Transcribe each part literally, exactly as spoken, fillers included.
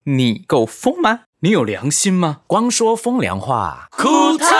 你够疯吗？你有良心吗？ 光说风凉话， 库特。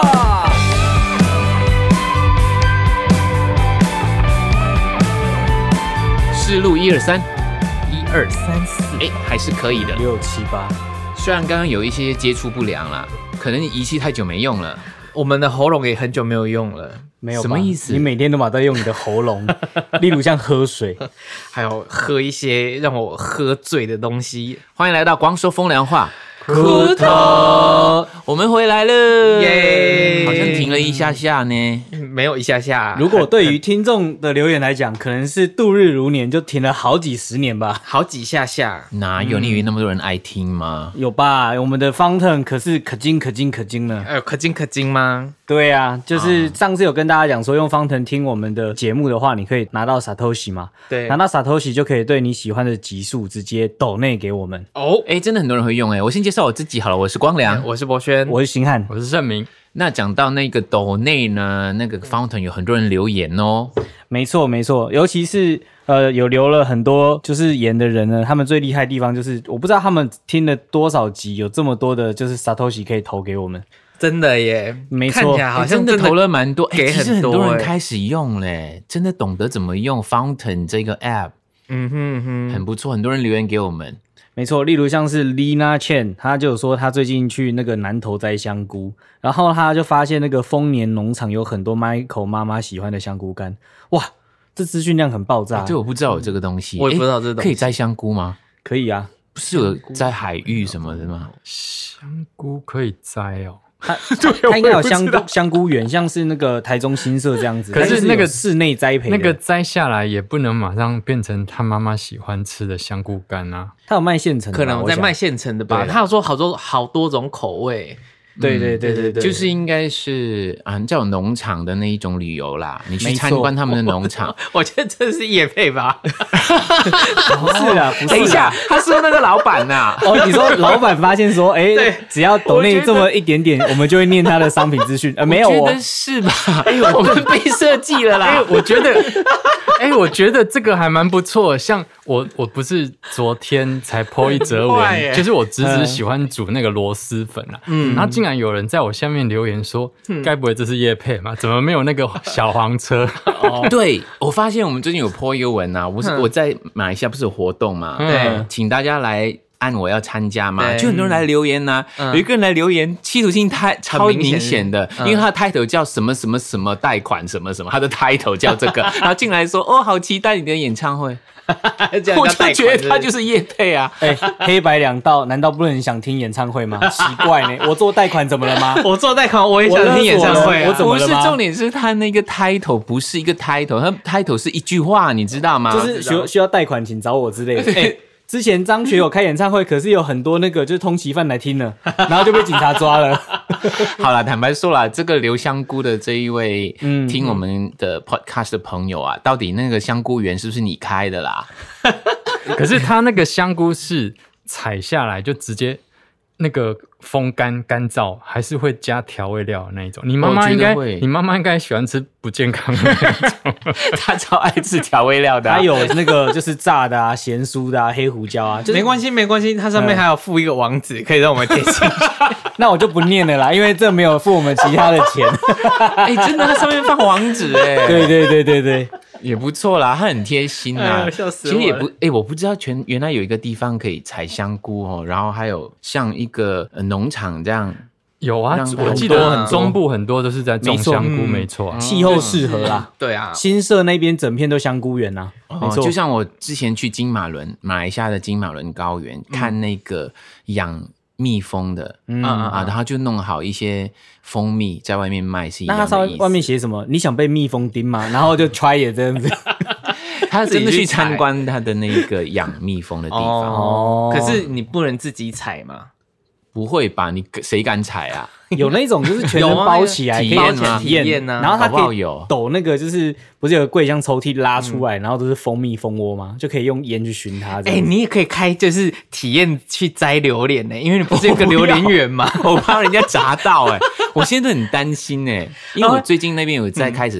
试录一二三， 一二三四， 哎，还是可以的。 六七八， 虽然刚刚有一些接触不良啦，可能仪器太久没用了， 我们的喉咙也很久没有用了。 没有吧？ 什么意思？ 你每天都嘛在用你的喉咙，例如像喝水， 还有喝一些让我喝醉的东西。 欢迎来到光说风凉话， 库特， 我们回来了， 耶！ 好像停了一下下呢。 没有一下下。 如果对于听众的留言来讲，可能是度日如年，就停了好几十年吧。 好几下下， 哪有？你以为那么多人爱听吗？ 有吧？我们的 Fountain 可是可精可精可精了。 呃，可精可精吗？ 对啊，就是上次有跟大家讲说，用 Fountain 听我们的节目的话，你可以拿到 Satoshi 嘛？ 对， 拿到 Satoshi 就可以对你喜欢的集数直接抖内给我们。 哦， 哎，真的很多人会用哎。我先介绍我自己好了，我是光良， 我是博轩， 我是星汉， 我是盛明。 那讲到那个抖内呢，那个 Fountain 有很多人留言哦。 没错没错，尤其是呃有留了很多就是言的人呢，他们最厉害的地方就是我不知道他们听了多少集，有这么多的就是 Satoshi 可以投给我们。 真的耶， 没错， 看起来好像真的投了蛮多， 给其实很很多多人开始用嘞，真的懂得怎么用 Fountain 这个 app， 嗯哼哼， 很不错，很多人留言给我们。 没错，例如像是 Lina Chen， 她就有说她最近去那个南投摘香菇，然后她就发现那个丰年农场有很多 Michael 妈妈喜欢的香菇干，哇，这资讯量很爆炸。 这我不知道有这个东西， 我也不知道这个东西。 可以摘香菇吗？ 可以啊， 不是有摘海芋什么的吗？ 香菇可以摘哦。 它它应该有香菇香菇园，像是那个台中新社这样子。 可是那个室内栽培的， 那个摘下来也不能马上变成他妈妈喜欢吃的香菇干啊。 它有卖现成的， 可能在卖现成的吧。他有说好多好多种口味。 对对对对对， 就是应该是啊，叫农场的那一种旅游啦，你去参观他们的农场。 我觉得这是业配吧？ 不是啊，不是。 等一下，他说那个老板呐， 哦，你说老板发现说，哎，只要抖内这么一点点，我们就会念他的商品资讯。呃，没有， 我觉得是吧？ 哎，我们被设计了啦。 哎，我觉得，哎，我觉得这个还蛮不错。像我，我不是昨天才 po 一则文，就是我侄子喜欢煮那个螺蛳粉啊，嗯，然后竟然有人在我下面留言说，该不会这是业配吗？怎么没有那个小黄车？ 哦，对，我发现我们最近有 po 一个文啊，我是我在马来西亚不是有活动嘛， 对， 请大家来按我要参加嘛，就很多人来留言呐、啊，有一个人来留言，企图心太超明显的，因为他的 title 叫什么什么什么贷款什么什么，他的 title 叫这个，然后进来说哦，好期待你的演唱会。我就觉得他就是业配啊！ 哎、欸，黑白两道，难道不能想听演唱会吗？奇怪呢，我做贷款怎么了吗？ 我做贷款我也想听演唱会、啊， 我怎么了吗？ 不是重点是他那个 title 不是一个 title， 他 title 是一句话，你知道吗？ 就是需需要贷款，请找我之类的。欸之前张学友开演唱会，可是有很多那个就是通缉犯来听了，然后就被警察抓了。 好啦，坦白说啦，这个留香菇的这一位、嗯、听我们的 podcast 的朋友啊，到底那个香菇园是不是你开的啦？ 可是他那个香菇是采下来就直接那个风干干燥，还是会加调味料的那一种？你妈妈应该，你妈妈应该喜欢吃不健康的那种。 她超爱吃调味料的、啊， 她有那个就是炸的啊、咸酥的啊、黑胡椒啊，就是、 没关系没关系，它上面还有附一个网址，可以让我们点进去。 那我就不念了啦，因为这没有付我们其他的钱。 哎、欸，真的，它上面放网址哎、欸。 对对对对对。 也不错啦，它很贴心啦。 哎、笑死我了！其实也不，哎、欸，我不知道全原来有一个地方可以采香菇哦，然后还有像一个、呃、农场这样。 有啊，我记得中部很多都是在种香菇，没错、啊， 气候适合啦。 对啊， 新社那边整片都香菇园啊，没错、 哦。就像我之前去金马伦，马来西亚的金马伦高原、嗯、看那个养蜜蜂的，嗯啊，然后就弄好一些蜂蜜在外面卖，是一样的意思。 那他外面写什么？你想被蜜蜂叮吗？然后就 try 也这样子。 他真的去参观他的那个养蜜蜂的地方。 哦，可是你不能自己采吗？ 不会吧？你谁敢采啊？ 有那种就是全身包起来， 体验吗？ 体验呢？ 然后它可以抖那个，就是不是有个柜箱抽屉拉出来，嗯、然后都是蜂蜜蜂窝吗？就可以用烟去熏它。 哎、欸，你也可以开，就是体验去摘榴莲呢，因为你不是有个榴莲园吗？ 我怕人家砸到哎、欸，我现在很担心哎、欸，因为我最近那边有在开始。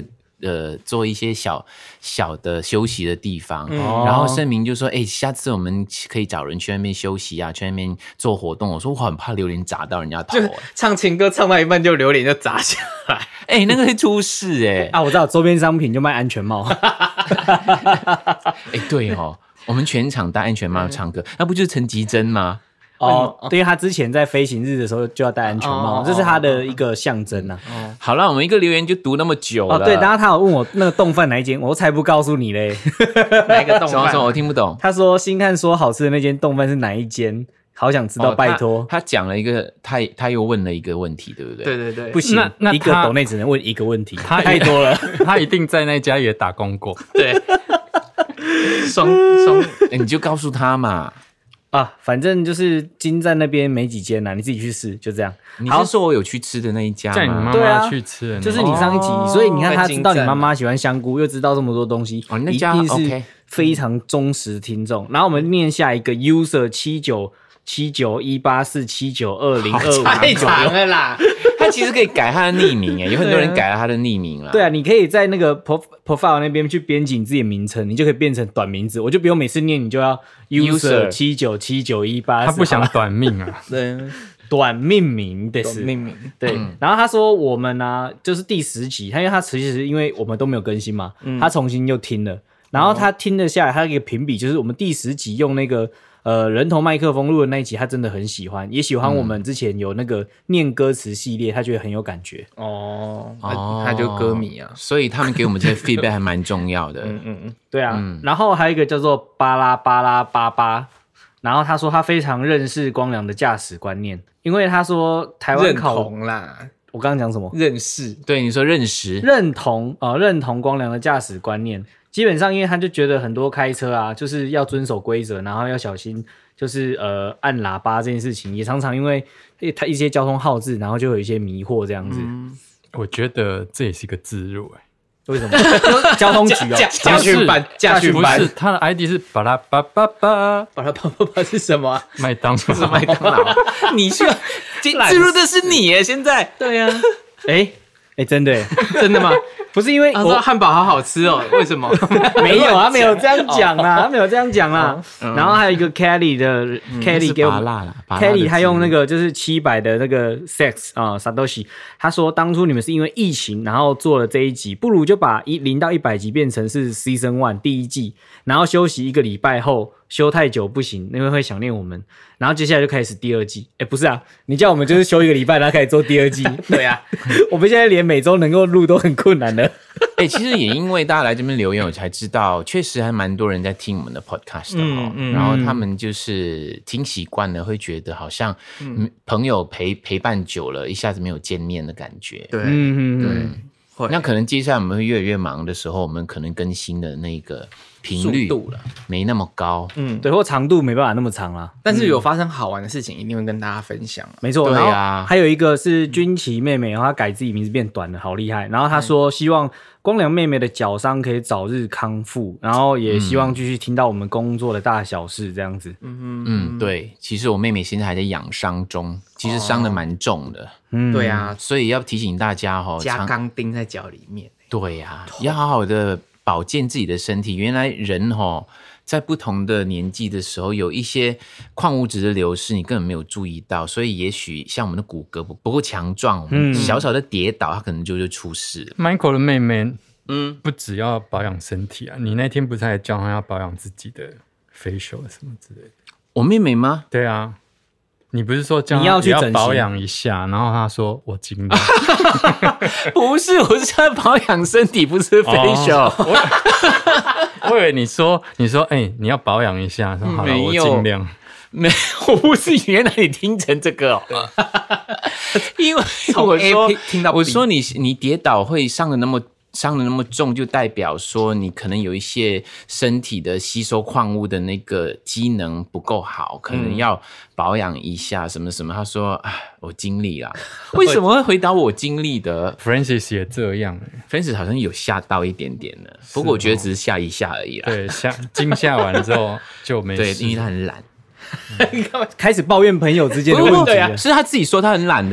呃做一些小小的休息的地方， 嗯、 然后盛明就说：“哎、欸，下次我们可以找人去那边休息啊，去那边做活动。”我说：“我很怕榴莲砸到人家头、欸。” 唱情歌唱到一半就榴莲就砸下来， 哎、欸，那个会出事哎、欸！ 啊，我知道周边商品就卖安全帽。 哎、欸，对哦，我们全场戴安全帽唱歌，那不就是陈绮贞吗？ 哦，因为他之前在飞行日的时候就要戴安全帽，哦、这是他的一个象征啊。 哦、好了，我们一个留言就读那么久了。 哦，对，然后他有问我那个冻饭哪一间，我才不告诉你嘞。 哪一个冻饭？ 什么？我听不懂。 他说星汉说好吃的那间冻饭是哪一间？好想知道，哦、拜托。 他讲了一个，他他又问了一个问题，对不对？ 对对对， 不行， 那那一个斗内只能问一个问题，太多了。 他一定在那家也打工过。 对，双双、 欸，你就告诉他嘛。 啊，反正就是金站那边没几间啦，你自己去试，就这样。 你是说我有去吃的那一家吗？ 叫你妈妈去吃的、 啊，就是你上一集，哦、所以你看他知道你妈妈喜欢香菇，又知道这么多东西， 哦，那家一定是非常忠实听众。然后我们念下一个 user 七九七九一八四七九二零二五， 太长了啦。 他其实可以改他的匿名，有很多人改了他的匿名了。 对啊，你可以在那个 profile 那边去编辑你自己的名称，你就可以变成短名字，我就不用每次念，你就要 user 七九七九一八四。 他不想短命啊， 对，短命名的是短命名。 对，嗯、然后他说我们呢、啊，就是第十集，他因为他其实因为我们都没有更新嘛，嗯、他重新又听了，然后他听了下来，他一个评比就是我们第十集用那个。呃，人头麦克风录的那一集，他真的很喜欢，也喜欢我们之前有那个念歌词系列，他觉得很有感觉。 哦，哦他就歌迷啊， 所以他们给我们这些 feedback 还蛮重要的。 嗯嗯嗯， 对啊、嗯。然后还有一个叫做巴拉巴拉巴巴，然后他说他非常认识光良的驾驶观念，因为他说台湾考认同啦。 我刚刚讲什么？ 认识， 对你说认识， 认同啊、呃，认同光良的驾驶观念。基本上，因为他就觉得很多开车啊，就是要遵守规则，然后要小心，就是呃按喇叭这件事情，也常常因为他一些交通号志，然后就有一些迷惑这样子。嗯、 我觉得这也是一个置入哎、 欸，为什么？交通局哦， 驾训班，驾训班， 不是他的 I D 是巴拉巴巴巴， 巴拉巴巴巴是什么？ 麦当劳， 是麦当劳。你去置入的是你耶，现在对呀、啊， 哎哎、欸，真的真的吗？ 不是因为他说汉堡好好吃哦，为什么？ 没有，他没有这样讲啦，他没有这样讲啦。嗯、然后还有一个 Kelly 的、嗯、Kelly 给我们 ，Kelly 他用那个就是七百的那个 sex 啊、呃、Satoshi， 他说当初你们是因为疫情，然后做了这一集，不如就把一零到一百集变成是 Season One 第一季，然后休息一个礼拜后。休太久不行，因为会想念我们。然后接下来就开始第二季。哎，不是啊，你叫我们就是休一个礼拜，然后开始做第二季。 对啊， 我们现在连每周能够录都很困难了。 哎、欸，其实也因为大家来这边留言，我才知道，确实还蛮多人在听我们的 podcast 的、哦嗯嗯、然后他们就是听习惯了，会觉得好像朋友陪陪伴久了，一下子没有见面的感觉。 对， 嗯对。嗯那可能接下来我们会越来越忙的时候，我们可能更新的那个频率度了没那么高， 嗯，对，或长度没办法那么长啦。 但是有发生好玩的事情，一定会跟大家分享、啊。 没错， 对啊。 还有一个是军旗妹妹，然后她改自己名字变短了，好厉害。然后她说希望光良妹妹的脚伤可以早日康复，然后也希望继续听到我们工作的大小事这样子。 嗯嗯，对。其实我妹妹现在还在养伤中，其实伤得蛮重的。 嗯，对啊， 所以要提醒大家哦， 加钢钉在脚里面。 对呀、啊，要好好的保健自己的身体。原来人哦，在不同的年纪的时候，有一些矿物质的流失，你根本没有注意到，所以也许像我们的骨骼不不够强壮，嗯，小小的跌倒，它可能就就出事了。 Michael 的妹妹，嗯，不只要保养身体啊，你那天不是还教她要保养自己的 facial 什么之类的？ 我妹妹吗？ 对啊。你不是说叫他也要保养一下，然后他说我尽量。 不是，我是叫他保养身体，不是 facial。哦、 我, 我以为你说你说哎、欸、你要保养一下，说好了我尽量。 没，我不是原来你听成这个哦，因为我说听到我说你你跌倒会伤的那么。伤的那么重，就代表说你可能有一些身体的吸收矿物的那个机能不够好，可能要保养一下什么什么。他说：“哎，我尽力啦。”为什么会回答我尽力的 ？Francis 也这样 ，Francis 好像有吓到一点点的，不过我觉得只是吓一下而已啦。 对，吓惊吓完之后就没事。 对，因为他很懒。 开始抱怨朋友之间的问题了。 是他自己说他很懒的。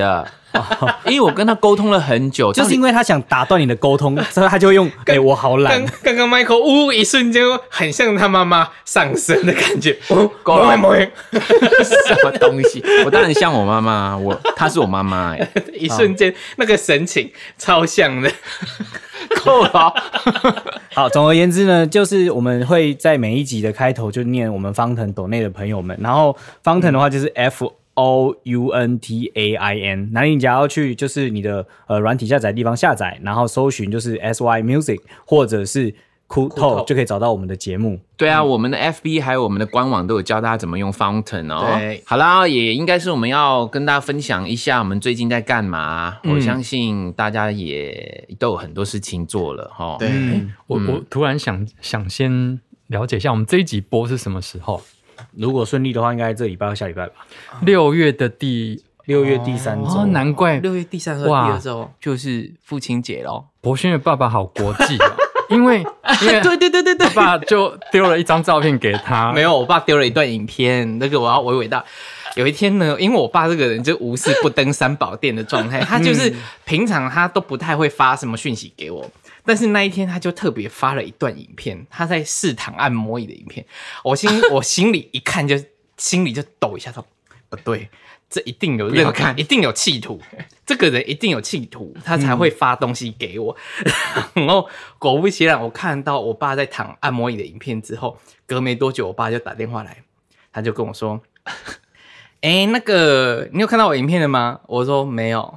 因为我跟他沟通了很久， 就是因为他想打断你的沟通，所以他就会用“哎、欸，我好懒”。 刚刚 Michael 呜一瞬间很像他妈妈上身的感觉，哦， 够了，什么东西？我当然像我妈妈，我她是我妈妈哎， 一瞬间那个神情超像的。 够了。 好，总而言之呢，就是我们会在每一集的开头就念我们方腾斗内的朋友们，然后方腾的话就是 F O U N T A I N， 那你只要去就是你的呃软体下载的地方下载，然后搜寻就是 S Y Music 或者是酷透就可以找到我们的节目。 对啊，我们的 F B 还有我们的官网都有教大家怎么用 Fountain 哦。 对， 好啦，也应该是我们要跟大家分享一下我们最近在干嘛。嗯、我相信大家也都有很多事情做了哈。 对， 嗯、我我突然想想先了解一下，我们这一集播是什么时候？ 如果顺利的话，应该这礼拜或下礼拜吧。 六月的第六月第三周、 哦，难怪六月第三周、第二周就是父亲节咯。 博轩的爸爸好国际哦。因为，因为对对对对对， 爸就丢了一张照片给他。 没有，我爸丢了一段影片，那个我要娓娓道。有一天呢，因为我爸这个人就无事不登三宝殿的状态，他就是平常他都不太会发什么讯息给我，但是那一天他就特别发了一段影片，他在试躺按摩椅的影片。我心我心里一看就心里就抖一下，说不对。这一定有任看，一定有企图，这个人一定有企图，他才会发东西给我。嗯、然后果不其然，我看到我爸在躺按摩椅的影片之后，隔没多久，我爸就打电话来，他就跟我说：“哎、欸，那个你有看到我影片了吗？”我说：“没有。”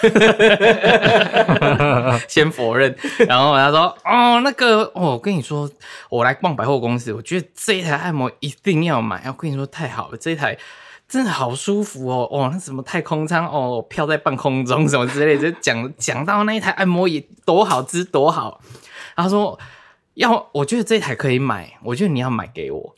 先否认，然后他说：“哦，那个，哦，我跟你说，我来逛百货公司，我觉得这一台按摩一定要买。我跟你说，太好了，这一台。”真的好舒服哦！哦，那什么太空舱哦，飘在半空中什么之类的，就讲讲到那一台按摩椅多好吃多好。他说要，我觉得这一台可以买，我觉得你要买给我。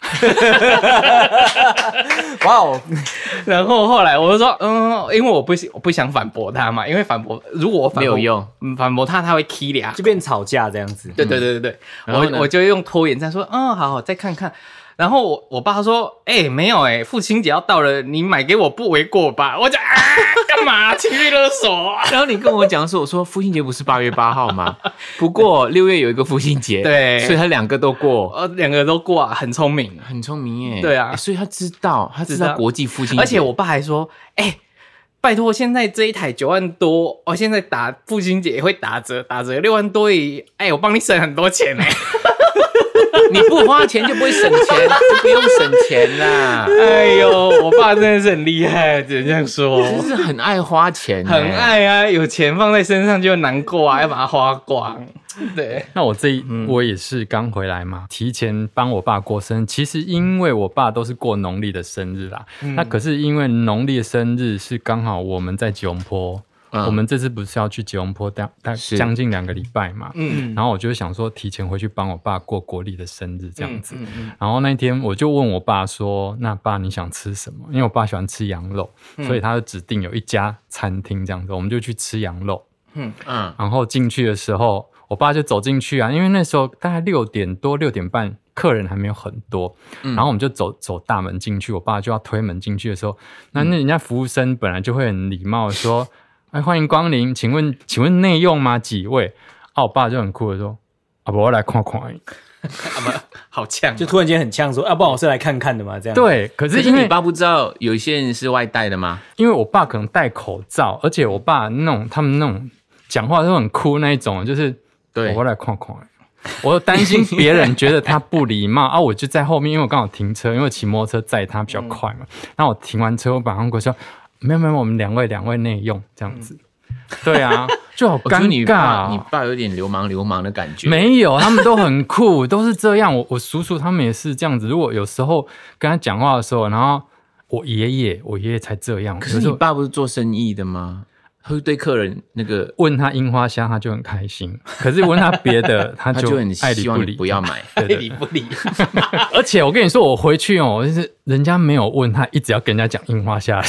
哇哦！然后后来我就说，嗯，因为我不我不想反驳他嘛，因为反驳如果我反驳没有用， 嗯，反驳他他会踢俩， 就变吵架这样子。 对对对对对，嗯、我我就用拖延战说，嗯，好好再看看。然后我我爸说：“哎、欸，没有哎、欸，父亲节要到了，你买给我不为过吧？”我讲啊，干嘛情绪勒索？ 然后你跟我讲说，我说父亲节不是八月八号吗？不过六月有一个父亲节， 对， 所以他两个都过， 呃，两个都过啊，很聪明， 很聪明耶。 对啊、 欸，所以他知道，他知道国际父亲节， 而且我爸还说：“哎、欸，拜托，现在这一台九万多，哦，现在打父亲节也会打折，打折六万多而已，哎、欸，我帮你省很多钱哎。” 你不花钱就不会省钱，就不用省钱啦。 哎呦，我爸真的是很厉害，只能这样说， 就是很爱花钱， 很爱啊，有钱放在身上就难过啊，要把它花光。对， 那我这一、嗯、我也是刚回来嘛，提前帮我爸过生日。其实因为我爸都是过农历的生日啦，嗯、那可是因为农历的生日是刚好我们在吉隆坡。嗯、我们这次不是要去吉隆坡大大将近两个礼拜嘛，嗯，然后我就想说提前回去帮我爸过国历的生日这样子，嗯嗯嗯、然后那天我就问我爸说：“那爸你想吃什么？”因为我爸喜欢吃羊肉，嗯、所以他就指定有一家餐厅这样子，我们就去吃羊肉，嗯嗯，然后进去的时候，我爸就走进去啊，因为那时候大概六点多六点半。客人还没有很多，嗯、然后我们就走走大门进去，我爸就要推门进去的时候，那那人家服务生本来就会很礼貌的说。哎，欢迎光临，请问请问内用吗？几位？啊，我爸就很酷的说，啊，不，我来看看。 啊，好呛， 就突然间很呛说，啊，不然我是来看看的嘛，这样。 对，可是因为你爸不知道有一些人是外带的吗？ 因为我爸可能戴口罩，而且我爸那种他们那种讲话都很酷那一种，就是对，我来看看。我担心别人觉得他不礼貌啊，我就在后面，因为我刚好停车，因为我骑摩托车载他比较快嘛。那、嗯、我停完车，我马上过去说。没有没有，我们两位两位内用这样子，嗯、对啊，就好尴尬、哦。 你爸你爸有点流氓流氓的感觉。 没有，他们都很酷，都是这样。我我叔叔他们也是这样子。如果有时候跟他讲话的时候，然后我爷爷我爷爷才这样。 可是你爸不是做生意的吗？他会对客人那个问他樱花虾，他就很开心。可是问他别的，他就很希望你不要买， 爱理不理。 而且我跟你说，我回去哦，就是人家没有问他，一直要跟人家讲樱花虾。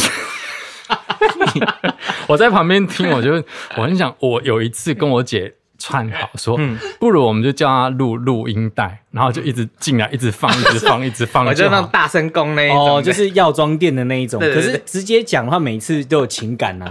我在旁边听，我就我很想，我有一次跟我姐串好说，嗯、不如我们就叫她录录音带，然后就一直进来，一直放，一直放，一直放。 我就那种大声公那一种， 哦，就是药妆店的那一种。 对对对， 可是直接讲的话，每次都有情感啊。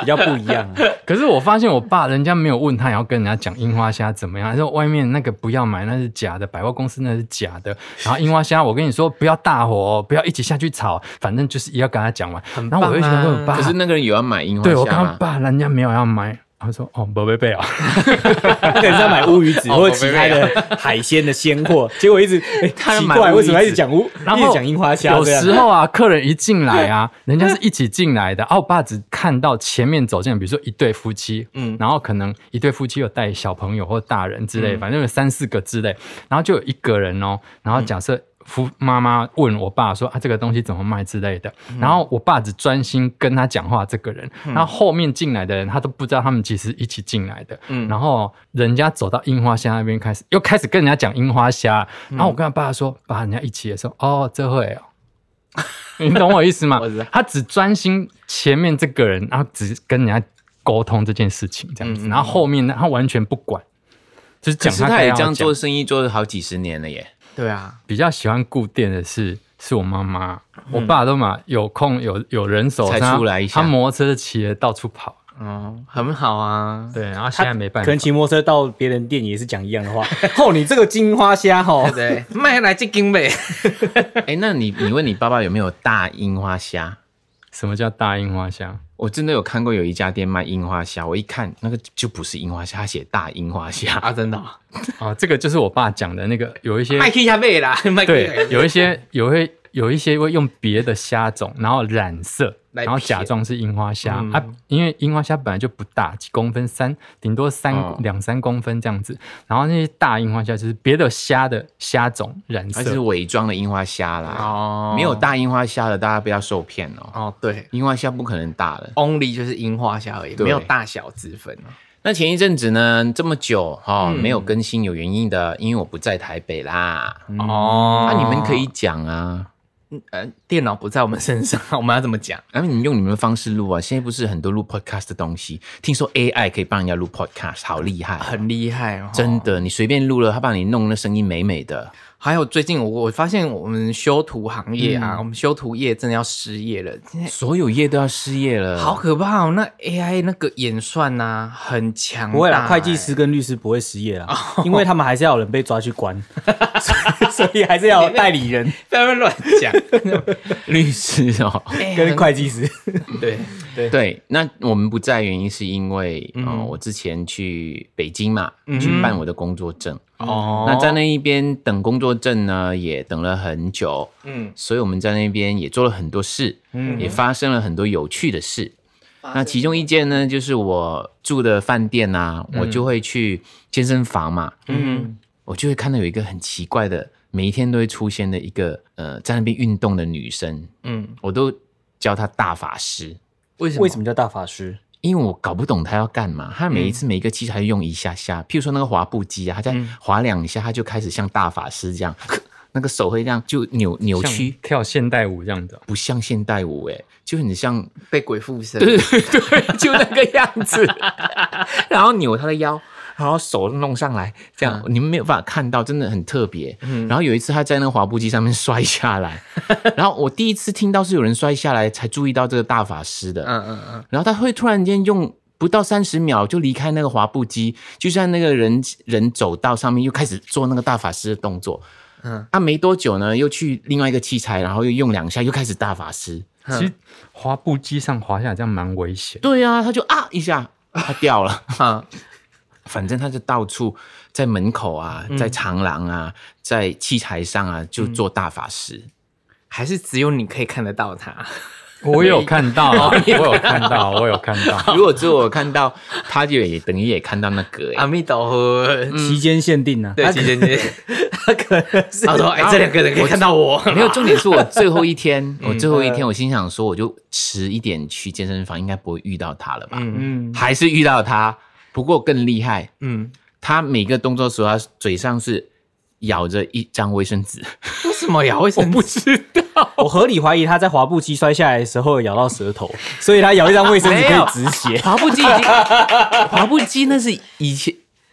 比较不一样、啊。 可是我发现我爸人家没有问他，也要跟人家讲樱花虾怎么样，他说外面那个不要买，那是假的，百货公司那是假的。然后樱花虾，我跟你说不要大火、哦，不要一起下去炒，反正就是要跟他讲完。 很然后我就觉得我爸， 可是那个人有要买樱花虾吗？ 对我刚刚爸人家没有要买。他说：“哦，不贝贝啊， 他可能是要买乌鱼子或者其他的海鲜的鲜货，结果一直哎、欸、奇怪，为什么一直讲乌，然后讲樱花虾？ 有时候啊，客人一进来啊，人家是一起进来的，啊，我爸只看到前面走进来，比如说一对夫妻，嗯，然后可能一对夫妻有带小朋友或大人之类，嗯、反正有三四个之类，然后就有一个人哦，然后假设。嗯夫妈妈问我爸说啊，这个东西怎么卖之类的，嗯、然后我爸只专心跟他讲话这个人，嗯、然后后面进来的人他都不知道他们其实一起进来的，嗯、然后人家走到樱花虾那边开始又开始跟人家讲樱花虾，嗯、然后我跟他爸说，爸，人家一起的时候，哦，这会哦，你懂我意思吗？他只专心前面这个人，然后只跟人家沟通这件事情这样子，嗯、然后后面呢他完全不管，就是讲他。可是他也这样做生意做了好几十年了耶。 对啊， 比较喜欢顾店的是是我妈妈，嗯、我爸都嘛有空有有人手才出来一下， 他摩托車騎着到处跑， 哦，很好啊。 对，然后现在没办法， 可能骑摩托车到别人店也是讲一样的话。哦，你这个金花虾哦， 对，卖来这金呗。 哎，那你你问你爸爸有没有大樱花虾？ 什么叫大樱花虾？ 我真的有看过有一家店卖樱花虾，我一看那个就不是樱花虾，他写大樱花虾啊，真的啊、哦，这个就是我爸讲的那个，有一些卖去下背啦， 对，有一些有会有一些会用别的虾种，然后染色，然后假装是樱花虾、嗯、啊，因为樱花虾本来就不大，几公分，三顶多三两、哦、三公分这样子，然后那些大樱花虾就是别的虾的虾种染色， 它是伪装的樱花虾啦，哦，没有大樱花虾的，大家不要受骗哦。 哦，对， 樱花虾不可能大的 ，only 就是樱花虾而已，没有大小之分哦。 那前一阵子呢，这么久哈、哦嗯、没有更新，有原因的，因为我不在台北啦。哦，那、啊、你们可以讲啊。 呃，电脑不在我们身上，我们要怎么讲？ 然后你们用你们的方式录啊！现在不是很多录 podcast 的东西，听说 A I 可以帮人家录 podcast， 好厉害、哦， 很厉害哦！ 真的，你随便录了，他帮你弄那声音美美的。 还有最近我我发现我们修图行业啊，嗯、我们修图业真的要失业了， 所有业都要失业了， 好可怕哦！那 A I 那个演算啊，很强大、欸。 不会啦，会计师跟律师不会失业啦，哦、因为他们还是要有人被抓去关，所, 以所以还是要有代理人。 不要乱讲， 律师哦， 欸、跟会计师。 对对对，那我们不在原因是因为、嗯呃、我之前去北京嘛，嗯、去办我的工作证。哦，那在那一边等工作证呢，也等了很久，嗯，所以我们在那边也做了很多事，嗯，也发生了很多有趣的事。那其中一件呢，就是我住的饭店啊，嗯、我就会去健身房嘛，嗯，我就会看到有一个很奇怪的，每一天都会出现的一个呃，在那边运动的女生，嗯，我都叫她大法师。 为什么？为什么叫大法师？ 因为我搞不懂他要干嘛，他每一次每一个器材用一下下，嗯、譬如说那个滑步机啊，他在滑两下，他就开始像大法师这样，嗯、那个手会这样就扭扭曲， 跳现代舞这样子， 不像现代舞哎、欸，就很像被鬼附身， 对对对，就那个样子，然后扭他的腰。然后手弄上来，这样、嗯、你们没有办法看到，真的很特别。嗯、然后有一次他在那个滑步机上面摔下来，然后我第一次听到是有人摔下来，才注意到这个大法师的。嗯嗯嗯。然后他会突然间用不到三十秒就离开那个滑步机，就像那个人人走到上面又开始做那个大法师的动作。嗯。他、啊、没多久呢，又去另外一个器材，然后又用两下，又开始大法师。 其实滑步机上滑下来这样蛮危险。 对啊，他就啊一下，他掉了。哈。反正他就到处在门口啊，在长廊啊，嗯、在器材上啊，就做大法师、嗯。 还是只有你可以看得到他？ 我有看到，我有看到，我有看到。 如果只有我看到，他就也等于也看到那个、欸。 阿弥陀佛， 期间限定啊， 对，期间限定。他可能是他说：“哎、欸，这两个人可以看到我。” 没有，重点是我最后一天，我最后一天，我心想说，我就迟一点去健身房，应该不会遇到他了吧？嗯嗯，还是遇到他。不过更厉害，嗯，他每个动作的时候，他嘴上是咬着一张卫生纸。 为什么咬卫生纸？ 我不知道， 我合理怀疑他在滑步机摔下来的时候咬到舌头，所以他咬一张卫生纸可以止血。 滑步机已经，滑步机那是以前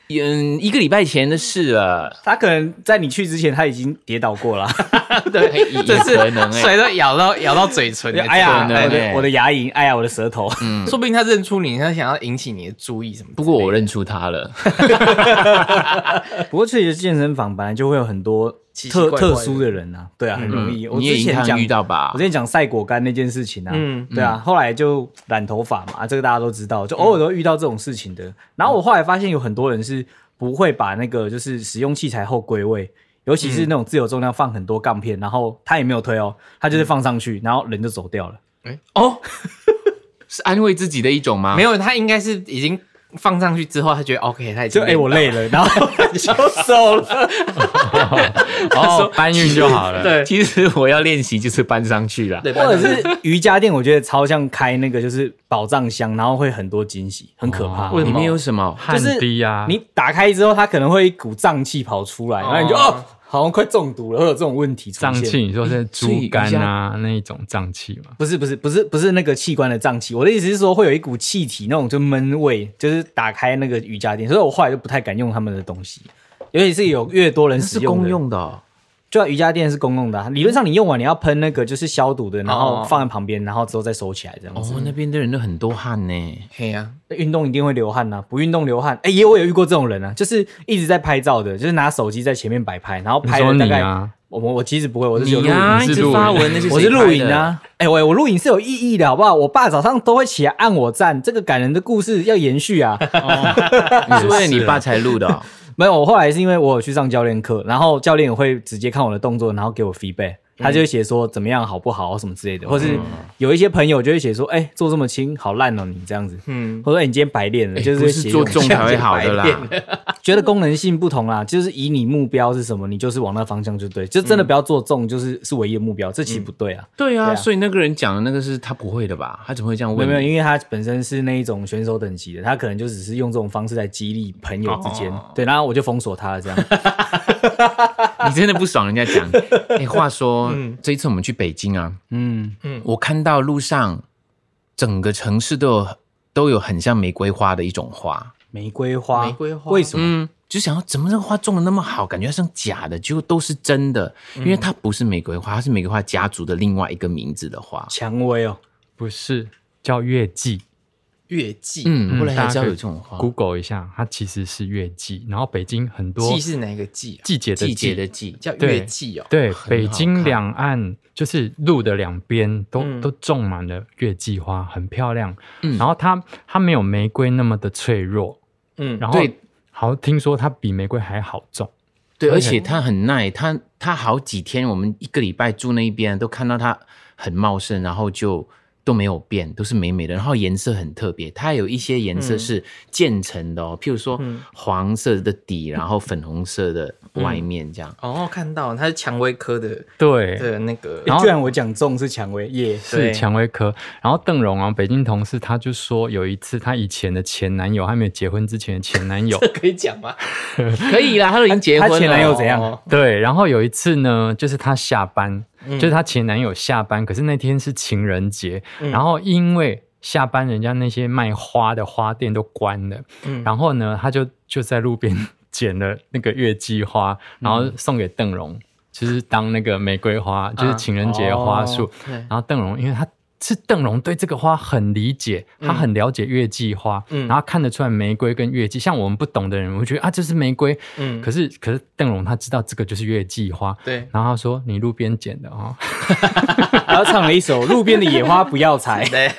嗯，一个礼拜前的事了。 他可能在你去之前他已经跌倒过了。 对， 这是可能水都咬到咬到嘴唇。 哎呀， 可能我的我的牙龈，哎呀，我的舌头。 嗯，说不定他认出你，他想要引起你的注意什么。 不过我认出他了。 不过确实健身房本来就会有很多特特殊的人啊，对啊，很容易。我之前讲遇到吧， 我之前讲晒果干那件事情啊，嗯，对啊，后来就染头发嘛，这个大家都知道，就偶尔都会遇到这种事情的。然后我后来发现有很多人是不会把那个就是使用器材后归位，尤其是那种自由重量放很多杠片，然后他也没有推哦，他就是放上去，然后人就走掉了。 哎哦，是安慰自己的一种吗？ 没有，他应该是已经。放上去之后，他觉得 OK， 他已经就哎、欸、我累了，然后就走了。 哦，搬运就好了。 对，其实我要练习就是搬上去了。 对，或者是瑜伽垫，我觉得超像开那个就是宝藏箱，然后会很多惊喜，很可怕。 哦、里面有什么？ 汗滴啊！ 你打开之后，它可能会一股胀气跑出来，然后你就哦。哦好像快中毒了，会有这种问题出现。 胀气，你说是猪肝啊那一种胀气吗？ 不是，不是，不是，不是那个器官的胀气。我的意思是说，会有一股气体，那种就闷味，就是打开那个瑜伽垫，所以我后来就不太敢用他们的东西，尤其是有越多人使用的。 是公用的、哦。 就瑜伽垫是公用的、啊，理论上你用完你要喷那个就是消毒的，然后放在旁边，然后之后再收起来这样子。 哦，那边的人都很多汗呢。 嘿呀、 啊，运动一定会流汗呐、啊，不运动流汗。哎、欸，也我有遇过这种人啊，就是一直在拍照的，就是拿手机在前面摆拍，然后拍了大概。 啊、 我我其实不会，我是有录影， 你啊，一直发文那些， 我是录影啊。哎、欸，我我录影是有意义的，好不好？我爸早上都会起来按我赞，这个感人的故事要延续啊。 哦、你是为了你爸才录的、哦。 没有，我后来是因为我有去上教练课，然后教练也会直接看我的动作，然后给我 feedback， 他就会写说怎么样好不好什么之类的，或是有一些朋友就会写说，哎、欸，做这么轻，好烂哦你这样子，嗯，或者、欸、你今天白练了，欸、就是不是做重才会好的啦。 觉得功能性不同啦，就是以你目标是什么，你就是往那方向就对，就真的不要做重，就是是唯一的目标，这其实不对啊。 嗯、对, 啊对啊，所以那个人讲的那个是他不会的吧？他怎么会这样问？ 没有，因为他本身是那一种选手等级的，他可能就只是用这种方式来激励朋友之间。哦、对，然后我就封锁他了，这样。 你真的不爽人家讲？哎、欸，话说、嗯、这一次我们去北京啊，嗯嗯，我看到路上整个城市都有都有很像玫瑰花的一种花。 玫瑰花， 玫瑰花， 为什么？ 嗯，就想要怎么这个花种的那么好，感觉它像假的，结果都是真的，因为它不是玫瑰花，它是玫瑰花家族的另外一个名字的花。 蔷薇哦， 不是，叫月季。 月季， 嗯，后来才知道有这种花。 Google 一下，它其实是月季。然后北京很多季是哪个季、啊？ 季节的季节的季， 叫月季哦。 对，北京两岸就是路的两边都、 嗯、 都种满了月季花，很漂亮。嗯，然后它它没有玫瑰那么的脆弱。嗯，然后好听说它比玫瑰还好种， 对，而且它很耐，它它好几天，我们一个礼拜住那一边都看到它很茂盛，然后就都没有变，都是美美的，然后颜色很特别，它有一些颜色是渐层的哦，譬如说黄色的底，然后粉红色的外面这样。 嗯、哦，看到它是蔷薇科的， 对的那个， 然后居然我讲中是蔷薇叶， 是蔷薇科。然后邓荣啊，北京同事他就说有一次他以前的前男友，还没有结婚之前的前男友， 这可以讲吗？ 可以啦，他都已经结婚了。 他前男友怎样？ 对，然后有一次呢，就是他下班。嗯、就是她前男友下班，可是那天是情人节、嗯，然后因为下班人家那些卖花的花店都关了，嗯、然后呢，他就就在路边捡了那个月季花，然后送给邓荣，就是当那个玫瑰花，就是情人节的花束、啊哦。然后邓荣，因为他是邓荣对这个花很理解，他很了解月季花、嗯，然后看得出来玫瑰跟月季。像我们不懂的人，我觉得啊这是玫瑰，嗯，可是可是邓荣他知道这个就是月季花， 对。 然后他说你路边捡的哦， 然后唱了一首《路边的野花不要采》。 对。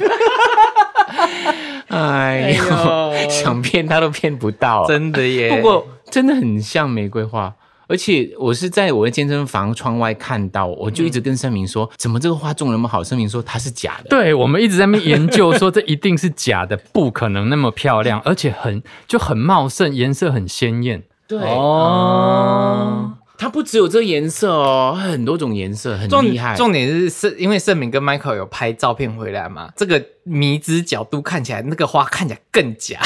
哎呦，想骗他都骗不到， 真的耶。 不过真的很像玫瑰花。而且我是在我的健身房窗外看到，我就一直跟声明说、嗯、怎么这个花种那么好，声明说它是假的。 对，我们一直在那边研究说这一定是假的，不可能那么漂亮，而且很就很茂盛，颜色很鲜艳。 对哦，它不只有这个颜色哦，很多种颜色，很厉害。 重点是是因为盛敏跟 Michael 有拍照片回来嘛，这个迷之角度看起来那个花看起来更假。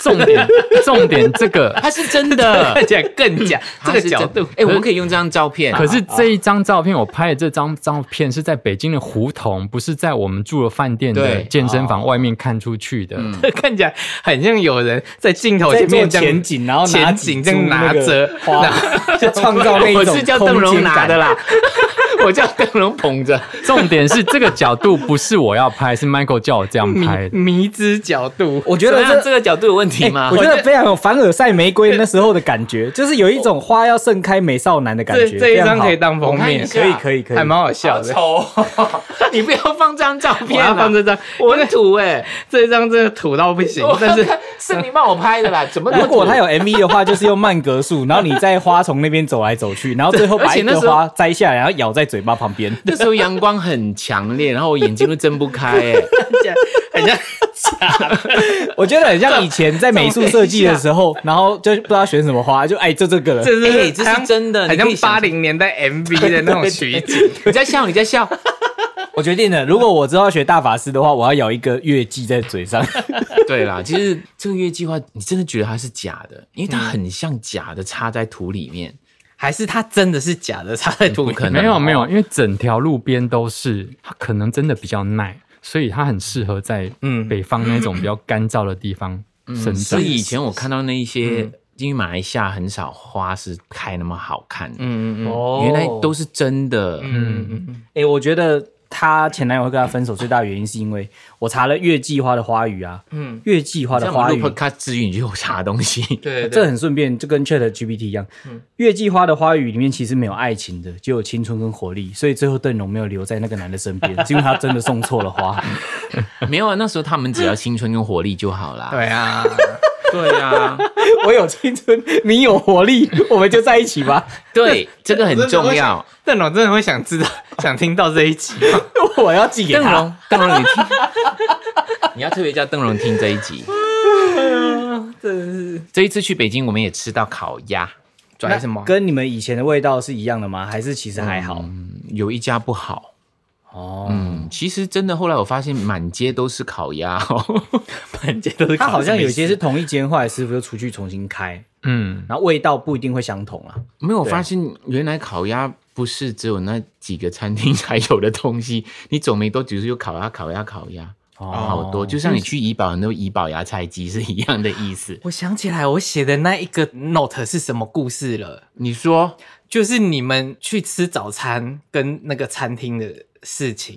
重点重点这个它是真的， 看起来更假。这个角度， 哎、欸，我们可以用这张照片。 可是这一张照片，我拍的这张照片是在北京的胡同，不是在我们住的饭店的健身房外面看出去的。 嗯、看起来很像有人在镜头前面前景，然后拿前景这样拿着花，就创造那种我是叫邓荣拿的啦。我叫邓荣捧着， 重点是这个角度不是我要拍，是 Michael 叫我这样拍的。 迷之角度， 我觉得这这个角度有问题吗？ 欸、我觉得非常有凡尔赛玫瑰那时候的感觉，就是有一种花要盛开美少男的感觉。 这, 这一张可以当封面， 可以可以可以， 还蛮好笑的。 丑，你不要放这张照片， 我要放这张， 我很土哎、欸， 这一张真的土到不行。但是是你帮我拍的啦，怎么？ 如果他有 M V 的话，就是用慢格数，然后你在花丛那边走来走去，然后最后把一个花摘下来，然后咬在嘴巴旁边。 那时候阳光很强烈，然后我眼睛都睁不开、欸， 哎，很像假。 我觉得很像以前在美术设计的时候，然后就不知道选什么花，就哎就这个了。 这是、 欸、这是真的， 很像八零年代 M V 的那种取景。 你在笑，你在笑。 我决定了，如果我之后要学大法师的话，我要咬一个月季在嘴上。 对啦，其实这个月季花，你真的觉得它是假的，因为它很像假的插在土里面。 还是它真的是假的插在土里？ 可能没有没有，因为整条路边都是，它可能真的比较耐，所以它很适合在北方那种比较干燥的地方生长。 所以以前我看到那一些，嗯、因为马来西亚很少花是开那么好看的，嗯嗯嗯，原来都是真的。嗯嗯嗯，哎、欸，我觉得她前男友会跟她分手最大的原因是因为我查了月季花的花语啊，嗯，月季花的花语， 他至于你就有查东西， 对， 这很顺便，就跟 Chat G P T 一样，嗯，月季花的花语里面其实没有爱情的，就有青春跟活力，所以最后邓荣没有留在那个男的身边，是因为他真的送错了花。 没有啊，那时候他们只要青春跟活力就好啦。 对啊。 对啊， 我有青春，你有活力，我们就在一起吧。 对，这个很重要。 邓荣真的会想知道、想听到这一集吗？ 我要寄给他。 邓荣，邓荣，你听，你要特别叫邓荣听这一集。 真的是， 这一次去北京，我们也吃到烤鸭， 拽什么？ 跟你们以前的味道是一样的吗？还是其实还好？ 嗯、有一家不好。 哦， 嗯，其实真的，后来我发现满街都是烤鸭哦， 满街都是烤鸭。 它好像有些是同一间，后来师傅又出去重新开，嗯，然后味道不一定会相同啊。 没有，我发现原来烤鸭不是只有那几个餐厅才有的东西，你走没多久就有烤鸭、烤鸭、烤鸭。哦，好多，就像你去怡保很多怡保芽菜鸡是一样的意思。 我想起来，我写的那一个 note 是什么故事了？ 你说， 就是你们去吃早餐跟那个餐厅的事情，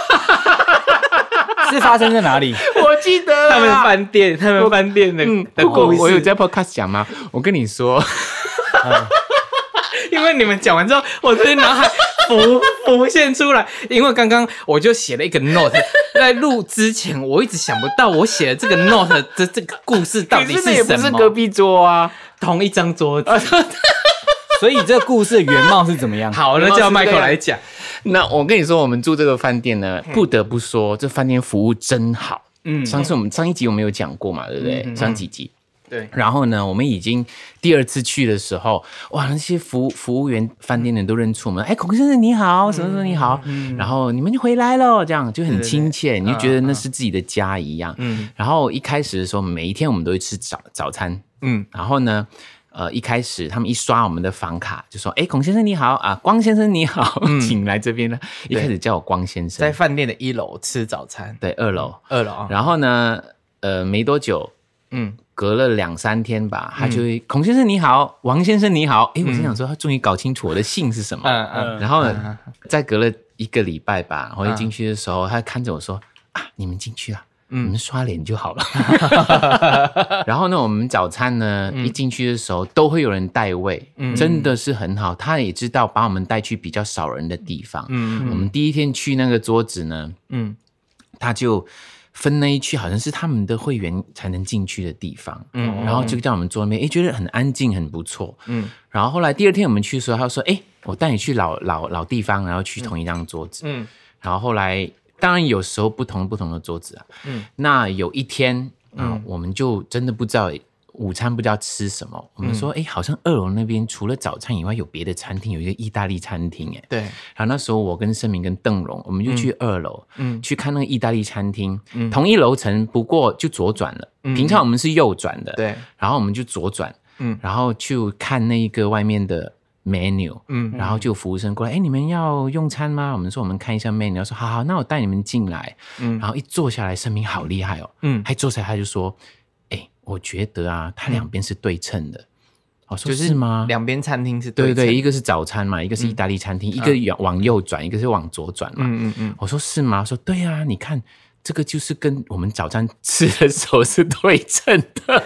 是发生在哪里？ 我记得他们饭店，他们饭店的、嗯、的故事。 我有在 podcast 讲吗？我跟你说， 嗯、因为你们讲完之后，我的脑海浮浮现出来。因为刚刚我就写了一个 note， 在录之前我一直想不到我写的这个 note 的这个故事到底是什么。可是那也不是隔壁桌啊， 同一张桌子。 所以这个故事的原貌是怎么样？ 好，那叫 Michael 来讲。 那我跟你说，我们住这个饭店呢，不得不说，这饭店服务真好。嗯，上次我们上一集我们有讲过嘛，对不对？嗯、上几集。 对。 然后呢，我们已经第二次去的时候，哇，那些服服务员、饭店的人都认出我们，哎，孔先生你好，什么什么你好，嗯、然后你们就回来了，这样就很亲切，你就觉得那是自己的家一样。嗯。然后一开始的时候，每一天我们都会吃早早餐。嗯。然后呢？呃，一开始他们一刷我们的房卡，就说：“哎，孔先生你好啊，光先生你好，嗯、请来这边了。”一开始叫我光先生， 在饭店的一楼吃早餐， 对，二楼， 二楼。 然后呢，呃，没多久，嗯，隔了两三天吧，他就会、嗯、孔先生你好，王先生你好。哎，我心想说，他终于搞清楚我的姓是什么。嗯嗯。然后呢，嗯、再隔了一个礼拜吧，我一进去的时候，他看着我说：“啊，你们进去啊。”嗯，你们刷脸就好了。然后呢，我们早餐呢、嗯、一进去的时候都会有人带位，嗯、真的是很好。他也知道把我们带去比较少人的地方。嗯，我们第一天去那个桌子呢，嗯，他就分那一区，好像是他们的会员才能进去的地方。嗯，然后就叫我们坐那边，哎，觉得很安静，很不错。嗯，然后后来第二天我们去的时候，他说：“哎，我带你去老老老地方，然后去同一张桌子。”嗯，然后后来。当然有时候不同不同的桌子啊，嗯，那有一天啊、嗯，我们就真的不知道午餐不知道吃什么，我们说哎、嗯，好像二楼那边除了早餐以外有别的餐厅，有一个意大利餐厅哎。 对。 然后那时候我跟盛明跟邓荣，我们就去二楼，嗯，去看那个意大利餐厅，嗯，同一楼层，不过就左转了。嗯、平常我们是右转的， 对。 然后我们就左转，嗯，然后去看那个外面的 menu， 嗯，然后就服务生过来，哎，你们要用餐吗？我们说我们看一下 menu， 他说好好，那我带你们进来，嗯，然后一坐下来，盛明好厉害哦，嗯，他一坐下来他就说。我觉得啊，它两边是对称的。我、嗯、说是吗？ 两边餐厅是对称的， 对对，一个是早餐嘛，一个是意大利餐厅，嗯、一个往右转，一个是往左转嘛。嗯嗯嗯。我说是吗？说对啊，你看这个就是跟我们早餐吃的时候是对称的。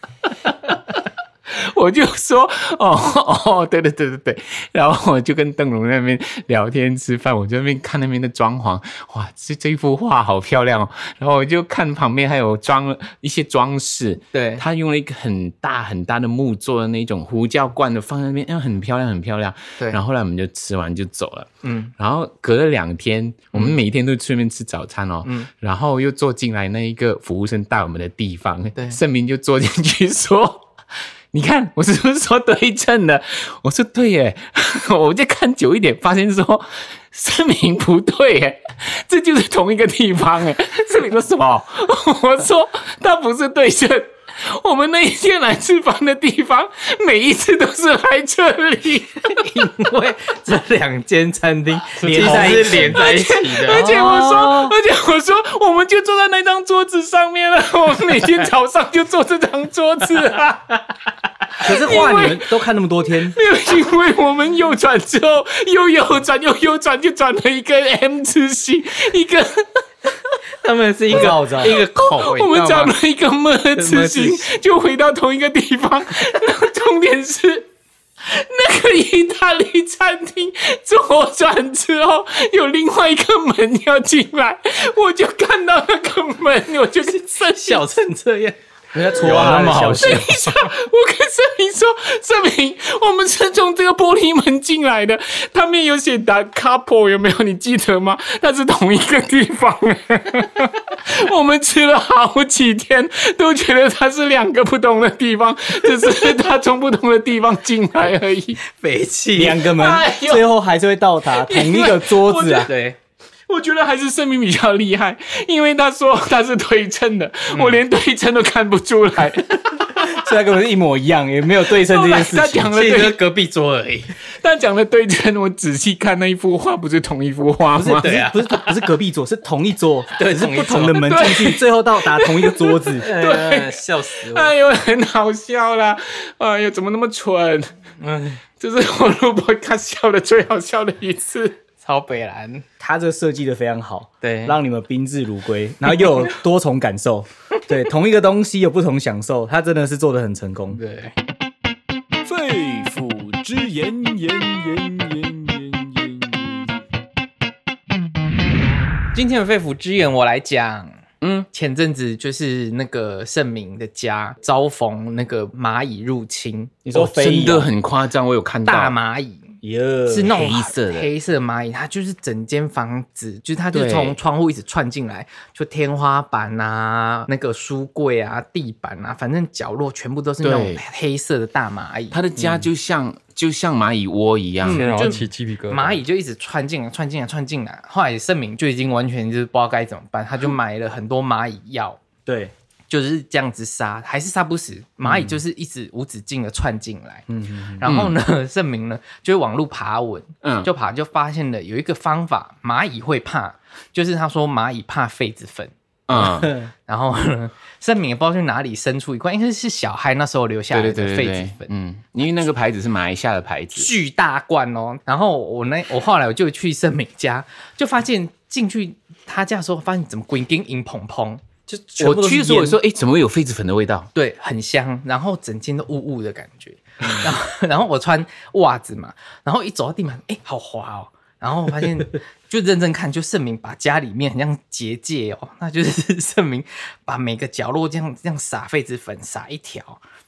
我就说哦哦，对对对对对，然后我就跟邓荣那边聊天吃饭，我就那边看那边的装潢，哇，这这幅画好漂亮哦。然后我就看旁边还有装一些装饰， 对， 他用了一个很大很大的木做的那种胡椒罐的放在那边，很漂亮很漂亮。 对， 然后后来我们就吃完就走了，嗯，然后隔了两天，我们每天都去那边吃早餐哦，嗯，然后又坐进来那一个服务生带我们的地方，对，盛明就坐进去说。你看，我是不是说对称的？我说对耶，我就看久一点，发现说盛明不对耶，这就是同一个地方耶。盛明说什么？我说它不是对称，我们那一天来吃饭的地方，每一次都是来这里， 因为这两间餐厅连在一起，连在一起的。 而且我说，哦、而且我说，我们就坐在那张桌子上面了，我们每天早上就坐这张桌子啊。 可是画你们都看那么多天， 没有，因为我们右转之后又右转又右转，就转了一个 M 字形，一个他们是一个一个口， 我们转了一个 M 字形，就回到同一个地方。重点是那个意大利餐厅左转之后有另外一个门要进来，我就看到那个门，我就小成这样。 人家戳他那么好笑。 等一下，我跟盛明说，盛明，我们是从这个玻璃门进来的，他们有写打 couple 有没有？你记得吗？它是同一个地方。我们吃了好几天，都觉得它是两个不同的地方，只是他从不同的地方进来而已。 废气， 两个门，哎、最后还是会到达同一个桌子啊。 对。 我觉得还是盛明比较厉害，因为他说他是对称的，嗯、我连对称都看不出来， 所以他跟我是一模一样，也没有对称这件事情。 他讲的对， 隔壁桌而已。 他讲的对称，我仔细看那一幅画，不是同一幅画吗？ 不是，对啊，不是不是隔壁桌，是同一桌，对，是不同的门进去，最后到达同一个桌子。 对，笑死我！ 哎呦，很好笑啦！哎呦，怎么那么蠢？嗯，这是我录播他笑的最好笑的一次。 超北蓝， 他这个设计的非常好， 对， 让你们宾至如归，然后又有多重感受，对，同一个东西有不同享受，他真的是做得很成功。 对， 肺腑之言，言言言言言。 今天的肺腑之言，我来讲。嗯，前阵子就是那个盛明的家遭逢那个蚂蚁入侵， 你说飞、啊哦、 真的很夸张，我有看到大蚂蚁。 Yeah, 是那种黑色的黑色蚂蚁，它就是整间房子，就是它就从窗户一直窜进来，就天花板啊、那个书柜啊、地板啊，反正角落全部都是那种黑色的大蚂蚁。 它的家就像、嗯、就像蚂蚁窝一样， 然后起鸡皮疙瘩， 蚂蚁就一直窜进来、窜进来、窜进来。后来盛明就已经完全就是不知道该怎么办，他就买了很多蚂蚁药， 对。 就是这样子杀，还是杀不死蚂蚁，就是一直无止境的窜进来。嗯，然后呢，嗯、盛明呢就网路爬文，嗯，就爬就发现了有一个方法，蚂蚁会怕，就是他说蚂蚁怕痱子粉。嗯，然后呢，盛明也不知道去哪里生出一块，应该是小孩那时候留下来的痱子粉。 嗯，因为那个牌子是马来西亚的牌子， 巨大罐哦。然后我那我后来我就去盛明家，就发现进去他家的时候，发现怎么规根银蓬蓬。就我去的时候我说，哎、欸，怎么会有痱子粉的味道？ 对，很香，然后整间都雾雾的感觉。嗯、然后，然后我穿袜子嘛，然后一走到地板，哎、欸，好滑哦。然后我发现，就认真看，就盛明把家里面很像结界哦，那就是盛明把每个角落这样这样撒痱子粉，撒一条，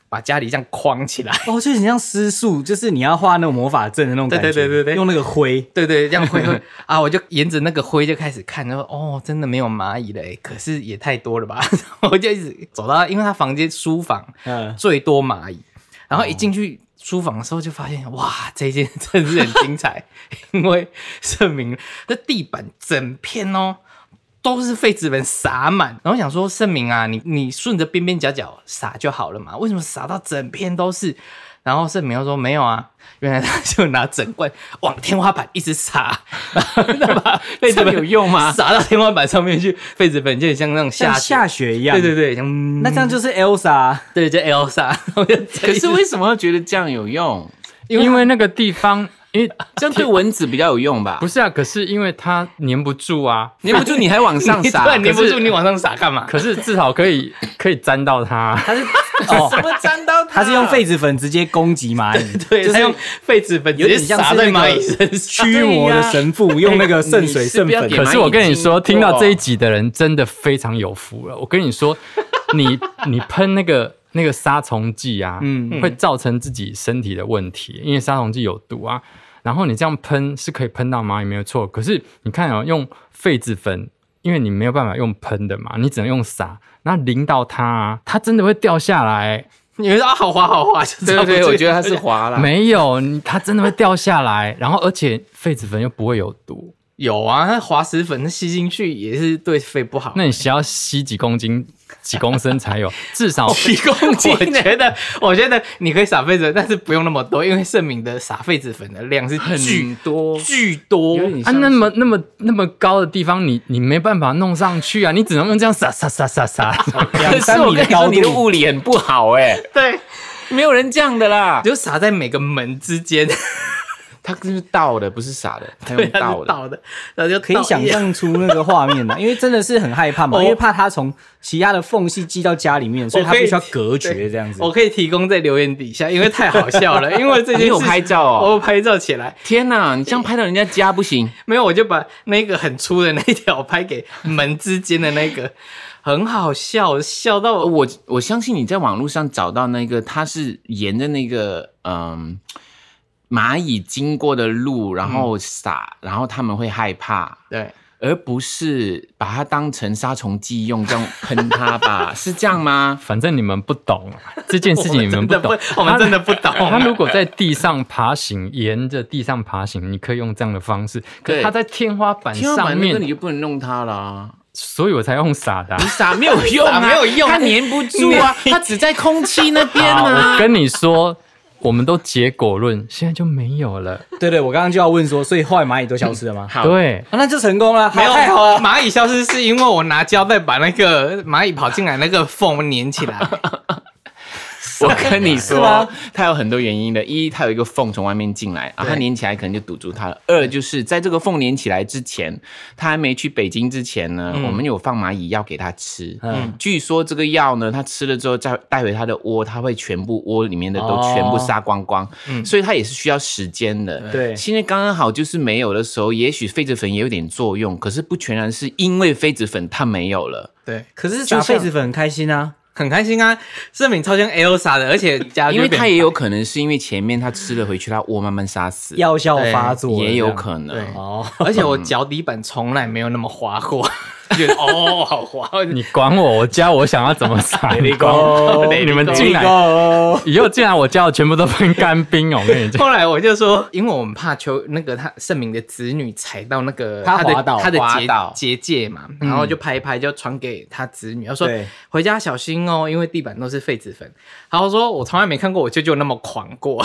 把家里这样框起来。 哦，就很像施术，就是你要画那种魔法阵的那种感觉。 对对对对对， 用那个灰， 对对，这样灰灰啊，我就沿着那个灰就开始看，然后哦，真的没有蚂蚁了，可是也太多了吧？我就一直走到，因为他房间书房嗯， 最多蚂蚁，然后一进去书房的时候就发现，哇，这间真的是很精彩，因为证明这地板整片哦。都是痱子粉撒满，然后想说盛明啊，你你顺着边边角角撒就好了嘛，为什么撒到整片都是？然后盛明又说没有啊，原来他就拿整罐往天花板一直撒，那把痱子粉有用吗？ 撒到天花板上面去，痱子粉就很像那种下像下雪一样。 对对对，像那这样就是 Elsa， 对，就 Elsa。 可是为什么要觉得这样有用？ 因为那个地方。因为这样对蚊子比较有用吧？ 不是啊，可是因为它粘不住啊， 粘不住你还往上撒， 对，粘不住你往上撒干嘛？ 可是至少可以可以沾到它。 它是哦， 什么沾到它？ 它是用痱子粉直接攻击蚂蚁， 对， 就是用痱子粉直接撒在蚂蚁身上。 驱魔的神父用那个圣水圣粉。 可是我跟你说，听到这一集的人真的非常有福了。我跟你说，你你喷那个。那个杀虫剂啊，嗯，会造成自己身体的问题，因为杀虫剂有毒啊。然后你这样喷是可以喷到蚂蚁没有错，可是你看哦，用痱子粉，因为你没有办法用喷的嘛，你只能用撒，那淋到它啊，它真的会掉下来。 你们说啊，好滑好滑， 对对对，我觉得它是滑啦。 没有，它真的会掉下来，然后而且痱子粉又不会有毒。 有啊，它滑石粉吸进去也是对肺不好。 那你需要吸几公斤、几公升才有？至少几公斤？我觉得，我觉得你可以撒痱子，但是不用那么多，因为盛敏的撒痱子粉的量是巨多、 巨多啊！那么、那么、那么高的地方，你你没办法弄上去啊！你只能用这样撒撒撒撒撒。 可是我跟你说，你的物理很不好哎、欸。 对， 没有人这样的啦， 就撒在每个门之间。 他就是倒的，不是撒的，他用倒的， 倒的，然后就可以想象出那个画面了，因为真的是很害怕嘛，因为怕他从其他的缝隙进到家里面，所以他必须要隔绝这样子。 我可以提供在留言底下，因为太好笑了，因为这件事你有拍照哦， 我有拍照起来。 天哪，你这样拍到人家家不行？ 没有，我就把那个很粗的那一条拍给门之间的那个。很好笑，笑到我我我相信你在网络上找到那个，它是沿着那个嗯蚂蚁经过的路，然后撒，嗯、然后他们会害怕， 对， 而不是把它当成杀虫剂用，这样喷它吧？是这样吗？ 反正你们不懂这件事情，你们不懂， 我们真的不懂。 他如果在地上爬行，沿着地上爬行，你可以用这样的方式。可是他在天花板上面， 你就不能弄它啦。 所以我才用撒的、啊， 你撒没有用啊， 没有用， 它粘不住啊，它只在空气那边啊。 我跟你说，我们都结果论，现在就没有了。 对对，我刚刚就要问说，所以后来蚂蚁都消失了吗？ 好， 对、 啊，那就成功了， 没有太好了。 蚂蚁消失是因为我拿胶带把那个蚂蚁跑进来那个缝粘起来。 我跟你说，它有很多原因的。一，它有一个缝从外面进来，啊，它粘起来可能就堵住它了。二，就是在这个缝粘起来之前，它还没去北京之前呢，嗯、我们有放蚂蚁药给它吃。嗯，据说这个药呢，它吃了之后再带回它的窝，它会全部窝里面的都全部杀光光。嗯、所以它也是需要时间的。 对， 现在刚刚好就是没有的时候，也许痱子粉也有点作用，可是不全然是因为痱子粉它没有了。 对， 可是撒痱子粉很开心啊。 很开心啊，盛敏超像 Elsa 的，而且加因为他也有可能是因为前面他吃了回去，他窝慢慢杀死， 药效发作也有可能。 哦，而且我脚底板从来没有那么滑过。觉得哦，好滑！ 你管我，我教我想要怎么撒。你管我，你们进来以后进来，我教的全部都喷干冰哦。我跟你讲。 后来我就说，因为我们怕求那个他盛敏的子女踩到那个他的他的结结界嘛，然后就拍一拍，就传给他子女，他说回家小心哦，因为地板都是痱子粉。然后说我从来没看过我舅舅那么狂过。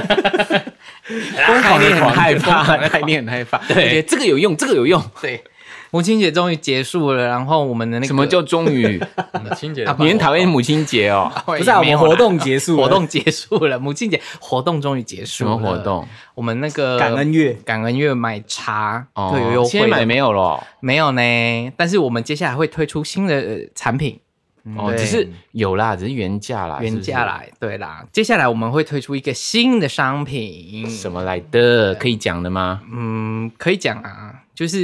疯狂的很害怕，概念很害怕。对，这个有用，这个有用。 对。母亲节终于结束了，然后我们的那个什么叫终于？ 母亲节， 你很讨厌母亲节哦？ 不是啊，我们活动结束了， 活动结束了，母亲节活动终于结束了。 什么活动？ 我们那个感恩月， 感恩月买茶， 哦、 对，有优惠。 现在买没有了？ 没有呢，但是我们接下来会推出新的、呃、产品。 哦，只是有啦，只是原价啦， 原价啦，对啦。接下来我们会推出一个新的商品， 什么来的？可以讲的吗？ 嗯，可以讲啊，就是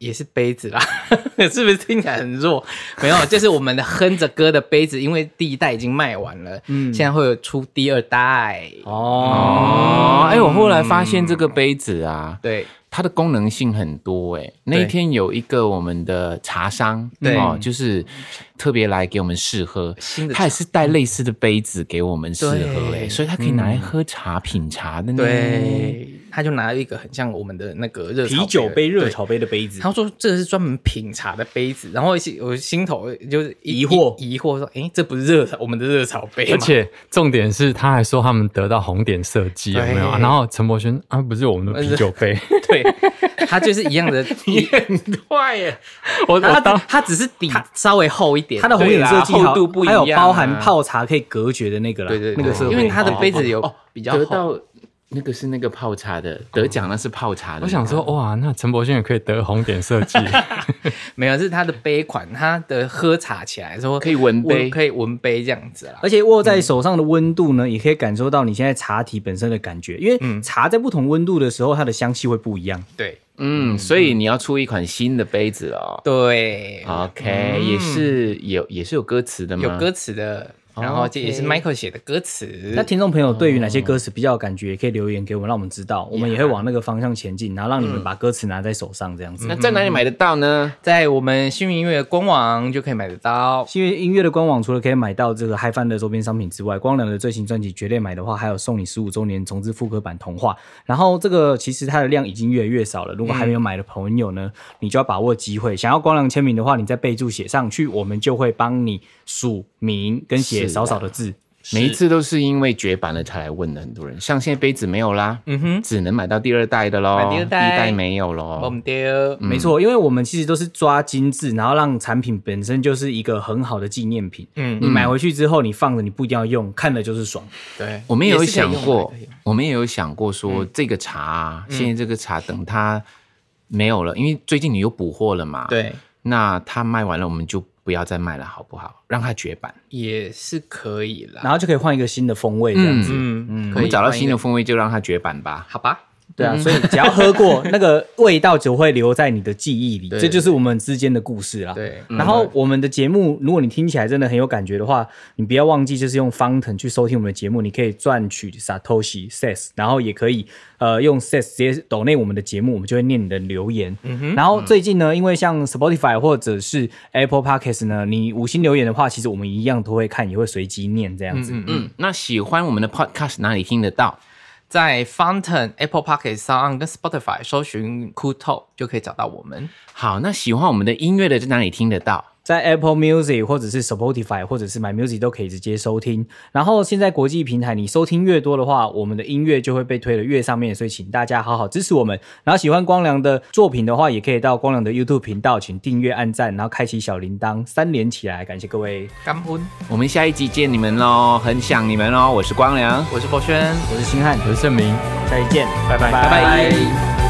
也是杯子啦，是不是听起来很弱？没有，就是我们的哼着歌的杯子，因为第一代已经卖完了，嗯，现在会有出第二代哦。哎、欸，我后来发现这个杯子啊， 对。 它的功能性很多哎、欸，那一天有一个我们的茶商，对哦，就是特别来给我们试喝，他也是带类似的杯子给我们试喝哎、欸，所以他可以拿来喝茶、嗯、品茶的呢。 对，他就拿了一个很像我们的那个热啤酒杯、热炒杯的杯子， 他说这是专门品茶的杯子，然后我心头就是疑惑疑惑说，哎，这不是热我们的热炒杯吗？ 而且重点是他还说他们得到红点设计有没有？然后陈柏轩啊，不是我们的啤酒杯， 对。它就是一样的， 你很快耶！ 我我当它只是底稍微厚一点， 它的红点设计厚度不一样、啊， 还有包含泡茶可以隔绝的那个啦， 对对， 那个设备， 因为它的杯子有比较厚。 得到那个是那个泡茶的，得奖那是泡茶的。 我想说，哇，那陈柏轩也可以得红点设计。 没有，是它的杯款，它的喝茶起来说可以闻杯， 可以闻杯这样子啦。 而且握在手上的温度呢，嗯、也可以感受到你现在茶体本身的感觉，因为茶在不同温度的时候，它的香气会不一样。 对。 嗯，所以你要出一款新的杯子哦。 对 ，OK，、嗯、也是有也是有歌词的吗？ 有歌词的，然后这也是 Michael 写的歌词。 那听众朋友对于哪些歌词比较有感觉，也可以留言给我们，让我们知道，我们也会往那个方向前进，然后让你们把歌词拿在手上这样子。 嗯、那在哪里买得到呢？ 在我们幸运音乐的官网就可以买得到。 幸运音乐的官网除了可以买到这个嗨翻的周边商品之外，光良的最新专辑《绝对买》的话，还有送你十五周年重制复刻版童话。然后这个其实它的量已经越来越少了，如果还没有买的朋友呢，嗯、你就要把握机会。想要光良签名的话，你再备注写上去，我们就会帮你署名跟写少少的字。 每一次都是因为绝版了才来问的，很多人。像现在杯子没有啦，嗯哼，只能买到第二代的咯， 第二代， 第一代没有咯。 我们丢， 嗯、没错，因为我们其实都是抓精致，然后让产品本身就是一个很好的纪念品。嗯，你买回去之后，你放着，你不一定要用，看了就是爽。 对， 我们也有想过，我们也有想过说，嗯、这个茶、啊，现在这个茶等它没有了，因为最近你又补货了嘛。 对， 那它卖完了，我们就不要再卖了，好不好？让它绝版也是可以啦， 然后就可以换一个新的风味这样子。 嗯嗯，我们找到新的风味就让它绝版吧， 好吧？ 对啊，所以只要喝过那个味道，就会留在你的记忆里，这就是我们之间的故事啦。 对， 然后我们的节目，如果你听起来真的很有感觉的话，你不要忘记就是用 Fountain 去收听我们的节目，你可以赚取 Satoshi S E S， 然后也可以呃用 S E S 直接抖内我们的节目，我们就会念你的留言。嗯、然后最近呢，因为像 Spotify 或者是 Apple Podcast 呢，你五星留言的话，其实我们一样都会看，也会随机念这样子。 嗯, 嗯，那喜欢我们的 Podcast 哪里听得到？ 在 Fountain、Apple Podcast、SoundOn 跟 Spotify 搜寻 Cool Talk 就可以找到我们。 好，那喜欢我们的音乐的在哪里听得到？ 在 Apple Music 或者是 Spotify 或者是 My Music 都可以直接收听。然后现在国际平台你收听越多的话，我们的音乐就会被推得越上面，所以请大家好好支持我们。然后喜欢光良的作品的话，也可以到光良的 YouTube 频道，请订阅、按赞，然后开启小铃铛，三连起来。感谢各位， 干喷！ 我们下一集见你们咯，很想你们咯。我是光良， 我是博轩， 我是星汉， 我是盛明， 下期见， 拜拜， 拜拜。